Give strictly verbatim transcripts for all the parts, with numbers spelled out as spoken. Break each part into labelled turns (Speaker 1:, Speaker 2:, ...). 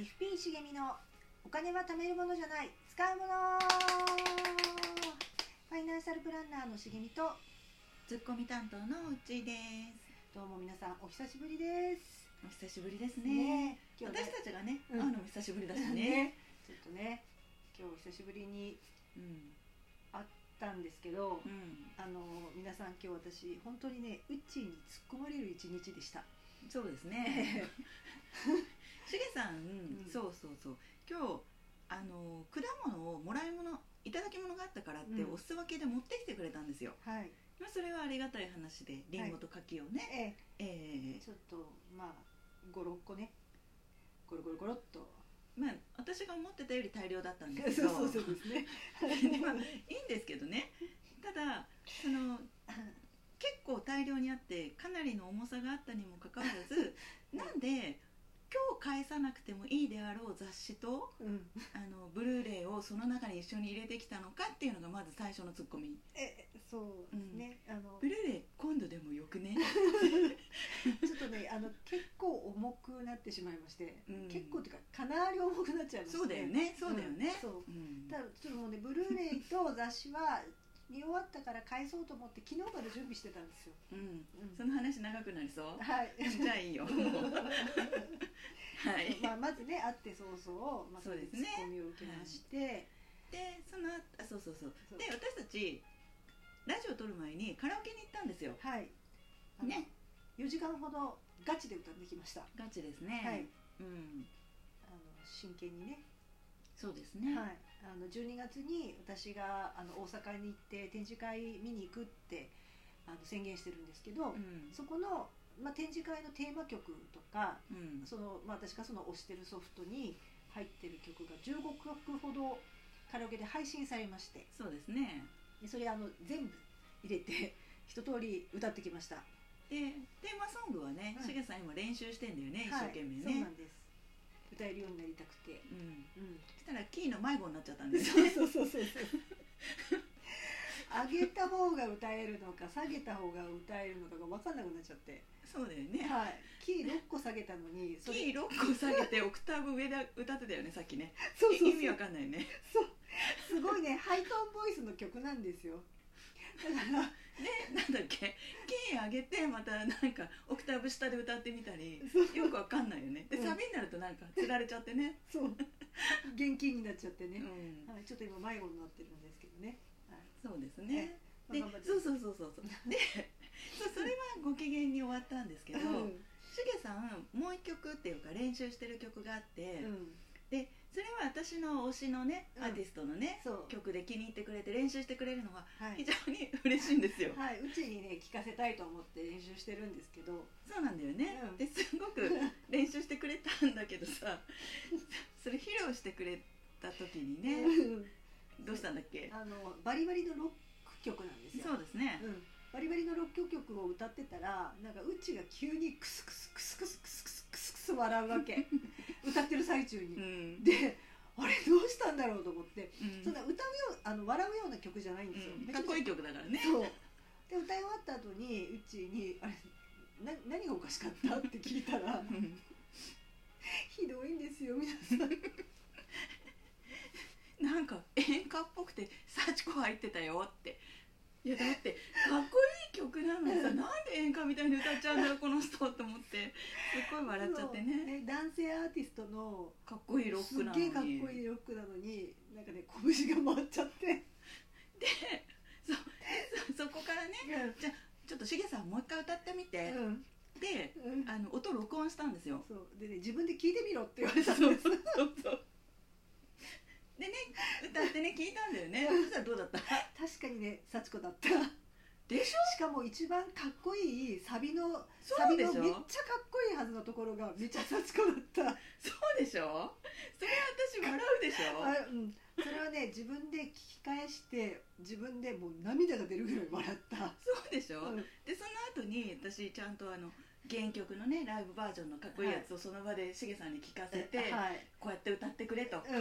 Speaker 1: エフピー しげみのお金は貯めるものじゃない使うもの。ファイナンシャルプランナーのしげみと
Speaker 2: ツッコミ担当のうっちーです。
Speaker 1: どうも皆さんお久しぶりです。
Speaker 2: お久しぶりですね。
Speaker 1: ね今日ね
Speaker 2: 私たちがね、
Speaker 1: うん
Speaker 2: 会うのも久しぶりだしね。
Speaker 1: ねちょっとね今日久しぶりに
Speaker 2: うん
Speaker 1: 会ったんですけど、
Speaker 2: うん
Speaker 1: あの皆さん今日私本当にねうっちーに突っ込まれる一日でした。
Speaker 2: そうですね。しげさん、
Speaker 1: うん
Speaker 2: そうそうそう。今日あの果物をもらい物いただき物があったからって
Speaker 1: うん
Speaker 2: お裾分けで持ってきてくれたんですよ。
Speaker 1: はい。
Speaker 2: まあそれはありがたい話でリンゴと柿をね。
Speaker 1: え
Speaker 2: え
Speaker 1: えちょっとまあごろっこねゴロゴロゴロっと。
Speaker 2: ーまあ私が思ってたより大量だったんで
Speaker 1: そう
Speaker 2: すけど。
Speaker 1: そうそうですね。
Speaker 2: でまあいいんですけどね。ただその結構大量にあってかなりの重さがあったにもかかわらずなんで今日返さなくてもいいであろう雑誌と
Speaker 1: うん。
Speaker 2: あのブルーレイをその中に一緒に入れてきたのかっていうのがまず最初のツッコミ。
Speaker 1: えそうですね。あの
Speaker 2: ブルーレイ今度でもよくね。
Speaker 1: ちょっとねあの結構重くなってしまいまして、
Speaker 2: うん
Speaker 1: 結構っていうかかなり重くなっちゃいまして。
Speaker 2: そうだよねそうだよね。
Speaker 1: うんそう
Speaker 2: うん
Speaker 1: ただちょっともうねブルーレイと雑誌は見終わったから返そうと思って昨日まで準備してたんですよ。
Speaker 2: うん
Speaker 1: うん
Speaker 2: その話長くなりそう。
Speaker 1: はい。
Speaker 2: じゃあいいよ。はい。
Speaker 1: まあまずね会って早々、まあ、
Speaker 2: そうですね
Speaker 1: ツッコミを受けまして、
Speaker 2: でその後あそうそうそう
Speaker 1: そう
Speaker 2: で私たちラジオを撮る前にカラオケに行ったんですよ。
Speaker 1: はいあの
Speaker 2: ね
Speaker 1: よじかんほどガチで歌ってきました。
Speaker 2: ガチですね。
Speaker 1: はい
Speaker 2: うん
Speaker 1: あの真剣にね。
Speaker 2: そうですね。
Speaker 1: はい、あのじゅうにがつに私があの大阪に行って展示会見に行くってあの宣言してるんですけど、
Speaker 2: うん
Speaker 1: そこの、まあ、展示会のテーマ曲とか
Speaker 2: うん
Speaker 1: その、まあ、私がその推してるソフトに入ってる曲がじゅうごきょくほどカラオケで配信されまして、
Speaker 2: そうですね。
Speaker 1: でそれあの全部入れて一通り歌ってきました。
Speaker 2: でテーマソングはね、
Speaker 1: うん
Speaker 2: しげさん今練習してんだよね、一生懸命
Speaker 1: はい、そうな
Speaker 2: ね。
Speaker 1: んです。歌えるようになりたくて、
Speaker 2: うん
Speaker 1: うん、
Speaker 2: そしたらキーの迷子になっちゃったんです
Speaker 1: そう
Speaker 2: よね。
Speaker 1: そうそうそう上げた方が歌えるのか下げた方が歌えるのかが分かんなくなっちゃって、
Speaker 2: そうだよね。
Speaker 1: はい、キーろっこ下げたのにそれ
Speaker 2: キーろっこ下げてオクターブ上で歌ってたよねさっきね。
Speaker 1: そうそうそう
Speaker 2: 意味わかんないよね。
Speaker 1: そうすごいねハイトーンボイスの曲なんですよ。だから
Speaker 2: でなんだっけキー上げてまたなんかオクターブ下で歌ってみたり
Speaker 1: そう
Speaker 2: よくわかんないよね。で
Speaker 1: うん
Speaker 2: サビになるとなんかつられちゃってね。
Speaker 1: そう現金になっちゃってね、
Speaker 2: うん
Speaker 1: はい、ちょっと今迷子になってるんですけどね、はい、
Speaker 2: そうですね。で
Speaker 1: まあ頑張って
Speaker 2: そうそうそうそうそうでそうそれはご機嫌に終わったんですけど、
Speaker 1: うん
Speaker 2: しげさんもう一曲っていうか練習してる曲があって、
Speaker 1: うん
Speaker 2: でそれは私の推しのね
Speaker 1: うん
Speaker 2: アーティストのね、
Speaker 1: そう
Speaker 2: 曲で気に入ってくれて練習してくれるのが
Speaker 1: はい
Speaker 2: 非常に嬉しいんですよ。
Speaker 1: はい、うちにね聞かせたいと思って練習してるんですけど、
Speaker 2: そうなんだよね、
Speaker 1: うん
Speaker 2: ですごく練習してくれたんだけどさそれ披露してくれた時にね、
Speaker 1: うん
Speaker 2: どうしたんだっけ。
Speaker 1: あのバリバリのロック曲なんですよ。
Speaker 2: そうですね、
Speaker 1: うん、バリバリのロック曲を歌ってたらなんかうちが急にクスクスクスクスクスクスクスクス笑うわけ歌ってる最中に、
Speaker 2: うん
Speaker 1: であれどうしたんだろうと思って、
Speaker 2: うん
Speaker 1: そんな歌うようあの笑うような曲じゃないんですよ、
Speaker 2: うん
Speaker 1: めちゃくちゃ
Speaker 2: かっこいい曲だからね。
Speaker 1: そうで歌い終わった後にうちにあれな何がおかしかったって聞いたら
Speaker 2: うん
Speaker 1: ひどいんですよ皆さん。
Speaker 2: なんか演歌っぽくて幸子入ってたよって。いやだってかっこいい曲なのにさなんで演歌みたいに歌っちゃうんだろうこの人と思ってすっごい笑っちゃって
Speaker 1: そう
Speaker 2: ね。
Speaker 1: 男性アーティストの
Speaker 2: かっこいいロックなのに
Speaker 1: すっげえかっこいいロックなのになんかね拳が回っちゃって
Speaker 2: でそそそこからねじゃあちょっとしげさんもう一回歌ってみて、
Speaker 1: うん
Speaker 2: で
Speaker 1: うん
Speaker 2: あの音録音したんですよ。
Speaker 1: そうでね自分で聞いてみろって言われたんです。
Speaker 2: そうそうそうそうでね歌ってね聞いたんだよね。そしたらどうだった？
Speaker 1: 確かにね幸子だった。
Speaker 2: でしょ。
Speaker 1: しかも一番かっこいいサビの
Speaker 2: そうでしょ
Speaker 1: サビのめっちゃかっこいいはずのところがめっちゃ幸子だった。
Speaker 2: そうでしょ。それ私笑うでしょ。
Speaker 1: あ、うん、それはね自分で聞き返して自分でもう涙が出るぐらい笑った。
Speaker 2: そうでしょ、
Speaker 1: うん
Speaker 2: でその後に私ちゃんとあの原曲のねライブバージョンのかっこいいやつをその場でしげさんに聞かせて、
Speaker 1: はい、
Speaker 2: こうやって歌ってくれと、
Speaker 1: うん、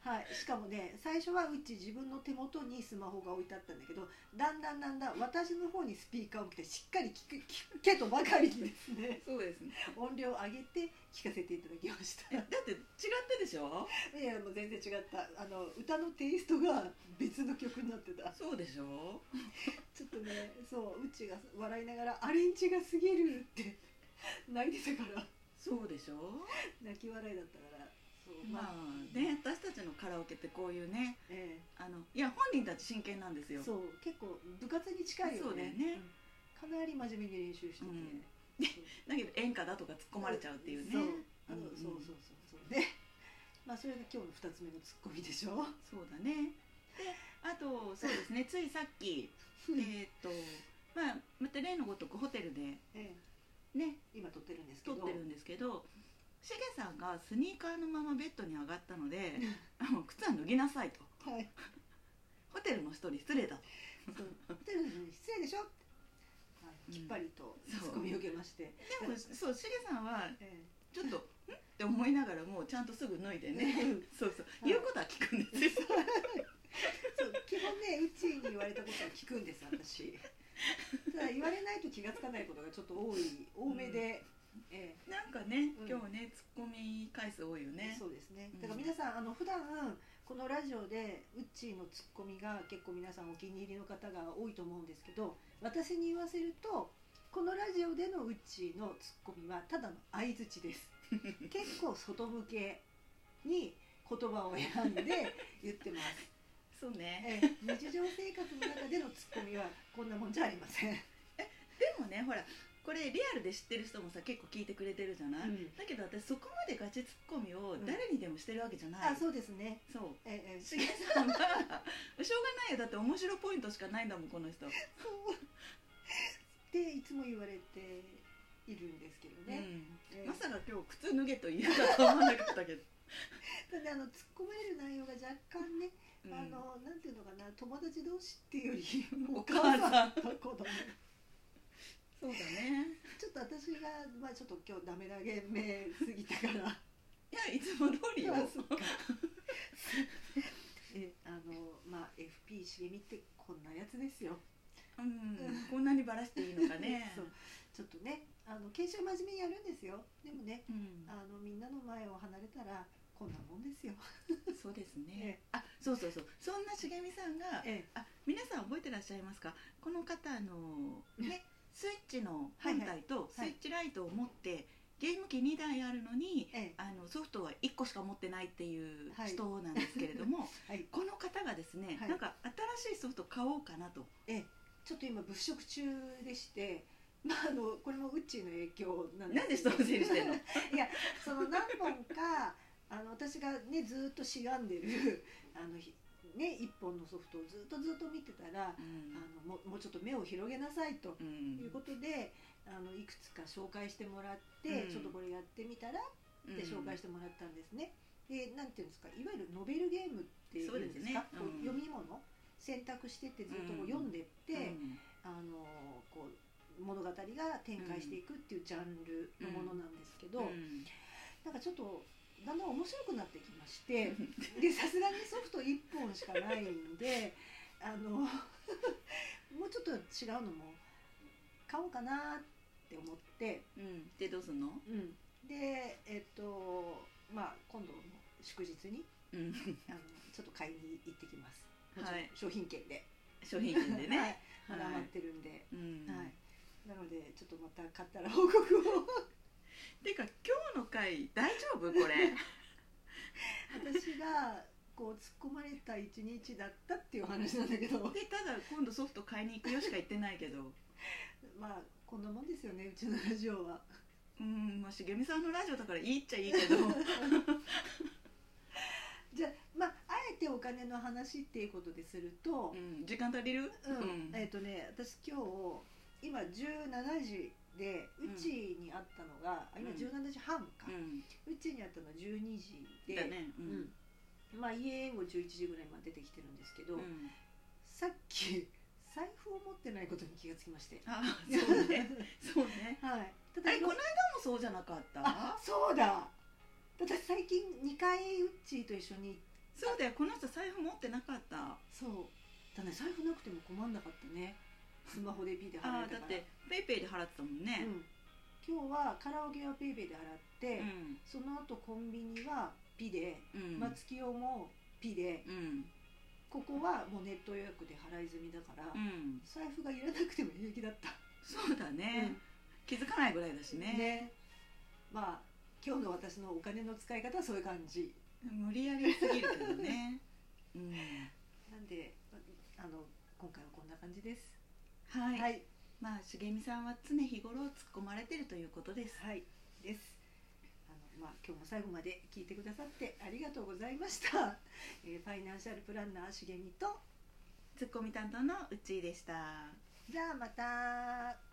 Speaker 1: はい、しかもね最初はうち自分の手元にスマホが置いてあったんだけど、だんだんだんだん私の方にスピーカーを置いてしっかり聞く聞けとばかりにですね
Speaker 2: そうですね。
Speaker 1: 音量を上げて聞かせていただきました。
Speaker 2: えだって違ったでしょ。
Speaker 1: いやもう全然違った。あの歌のテイストが別の曲になってた。
Speaker 2: そうでしょ。
Speaker 1: ちょっとね、そううちが笑いながらアレンジが過ぎるって泣いてたから。
Speaker 2: そうでしょ。
Speaker 1: 泣き笑いだったから。そう
Speaker 2: まあね、私たちのカラオケってこういうね、
Speaker 1: ええ、
Speaker 2: あのいや本人たち真剣なんですよ。
Speaker 1: そう結構部活に近いよね。
Speaker 2: そうだよね、
Speaker 1: うん、かなり真面目に練習してて、うん、
Speaker 2: だけど演歌だとか突っ込まれちゃうっていうね。そう、
Speaker 1: あの、うん、そうそうそうそうで、まあそれが今日のふたつめのツッコミでしょ。
Speaker 2: そうだね。であとそうですねついさっきえっとまあまた例のごとくホテルで、ええ、ね
Speaker 1: 今撮ってるんですけど
Speaker 2: 撮ってるんですけど、しげさんがスニーカーのままベッドに上がったのでもう靴は脱ぎなさいと、はい、ホテルの人に失礼だと、
Speaker 1: ホテルの人に失礼でしょって、はい、きっぱりとツッコミを受けまして、
Speaker 2: うん、でもそうしげさんはちょっと、ええ、んって思いながらもちゃんとすぐ脱いでねそうそう、はい、言うことは聞くんですよ
Speaker 1: そう基本ねうちに言われたことは聞くんです私。ただ言われないと気がつかないことがちょっと多い多めで、うんええ、
Speaker 2: なんかね、うん、今日ねツッコミ回数多いよね。
Speaker 1: そうですね。だから皆さん、うん、あの普段このラジオでウッチーのツッコミが結構皆さんお気に入りの方が多いと思うんですけど、私に言わせるとこのラジオでのウッチーのツッコミはただの相づちです結構外向けに言葉を選んで言ってます
Speaker 2: そうね、
Speaker 1: え日常生活の中でのツッコミはこんなもんじゃありません。
Speaker 2: えでもねほらこれリアルで知ってる人もさ結構聞いてくれてるじゃない、うん、だけど私そこまでガチツッコミを誰にでもしてるわけじゃない、
Speaker 1: うん、あそうですね。
Speaker 2: そうええしげさんがしょうがないよだって面白ポイントしかないんだもんこの人そう
Speaker 1: っていつも言われているんですけどね、
Speaker 2: うんえー、まさか今日靴脱げと言うかと思わなかったけど
Speaker 1: ただあの突っ込まれる内容が若干ね、うん、あのなんていうのかな友達同士っていうよりお母さんと子供
Speaker 2: そうだね。
Speaker 1: ちょっと私がまあちょっと今日ダメ投げ目すぎたからい
Speaker 2: やいつも通りよ
Speaker 1: えあのまあ エフピー 茂みってこんなやつですよ。
Speaker 2: うん、こんなにバラしていいのかね
Speaker 1: そうちょっとねあの研修真面目にやるんですよ。でもね、うん、あのみんなの前を離れたらこんなもんですよ
Speaker 2: そうですね、ええ、あそうそうそうそんなしげみさんが、ええ、あ皆さん覚えてらっしゃいますかこの方あのねスイッチの本体とスイッチライトを持って、はいはい、ゲーム機にだいあるのに、ええ、あのソフトはいっこしか持ってないっていう人なんですけれども、はい、この方がですね、はい、なんか新しいソフト買おうかなと、
Speaker 1: ええ、ちょっと今物色中でしてまあ、あのこれもウッチーの影響なんですけど、
Speaker 2: なんで人のせいにしてんのい
Speaker 1: やその何本かあの私がねずっとしがんでるあのね一本のソフトをずっとずっと見てたら、うん、あのも, もうちょっと目を広げなさいということで、うん、あのいくつか紹介してもらって、うん、ちょっとこれやってみたらって紹介してもらったんですね。でなんていうんですかいわゆるノベルゲームっていうんですか、うん、読み物選択してってずっとこう読んでって、うん、あのこう物語が展開していくっていうジャンルのものなんですけど、うんうん、なんかちょっとだんだん面白くなってきましてでさすがにソフトいっぽんしかないんであのもうちょっと違うのも買おうかなって思って、
Speaker 2: うん、でどうすんの、
Speaker 1: うん、でえっとまあ今度の祝日に、うん、あのちょっと買いに行ってきます。もちろん商品券で、
Speaker 2: 商品券でね、はい、
Speaker 1: まだ余ってるんで、
Speaker 2: はいうん
Speaker 1: はい、なのでちょっとまた買ったら報告を
Speaker 2: ていうか今日の回大丈夫これ
Speaker 1: 私がこう突っ込まれた一日だったっていう話なんだけど
Speaker 2: でただ今度ソフト買いに行くよしか言ってないけど
Speaker 1: まあこんなもんですよねうちのラジオは。
Speaker 2: うんまあ茂みさんのラジオだからいいっちゃいいけど
Speaker 1: じゃあまああえてお金の話っていうことですると、
Speaker 2: うん、時間足りる、
Speaker 1: うんうん、えっ、ー、とね私今日今じゅうしちじでうちにあったのが、うん、今じゅうしちじはんか、うち、ん、にあったのはじゅうにじで、
Speaker 2: ねうん
Speaker 1: うん、まあ家もじゅういちじぐらいまで出てきてるんですけど、うん、さっき財布を持ってないことに気がつきまして。
Speaker 2: あそうねそうね
Speaker 1: はい
Speaker 2: ただこの間もそうじゃなかった？
Speaker 1: あそうだ私最近にかいうっちーと一緒に
Speaker 2: そうだよ、この人財布持ってなかった。
Speaker 1: そうだね、財布なくても困んなかったね。スマホでピーで払えたから。
Speaker 2: あだってペイペイで払ってたもんね、
Speaker 1: うん、今日はカラオケはペイペイで払って、
Speaker 2: うん、
Speaker 1: その後コンビニはピで、
Speaker 2: うん、
Speaker 1: 松清もピで、
Speaker 2: うん、
Speaker 1: ここはもうネット予約で払い済みだから、
Speaker 2: うん、
Speaker 1: 財布がいらなくても平気だった。
Speaker 2: そうだね、うん、気づかないぐらいだしね。
Speaker 1: ね、まあ今日の私のお金の使い方はそういう感じ。
Speaker 2: 無理やりすぎるけどね、うん、
Speaker 1: なんであの今回はこんな感じです。
Speaker 2: はい、
Speaker 1: はい、
Speaker 2: まあ茂美さんは常日頃突っ込まれてるということです。
Speaker 1: はいです。あの、まあ、今日も最後まで聞いてくださってありがとうございました。えー、ファイナンシャルプランナー茂美と
Speaker 2: ツッコミ担当のうっちーでした。
Speaker 1: じゃあまた。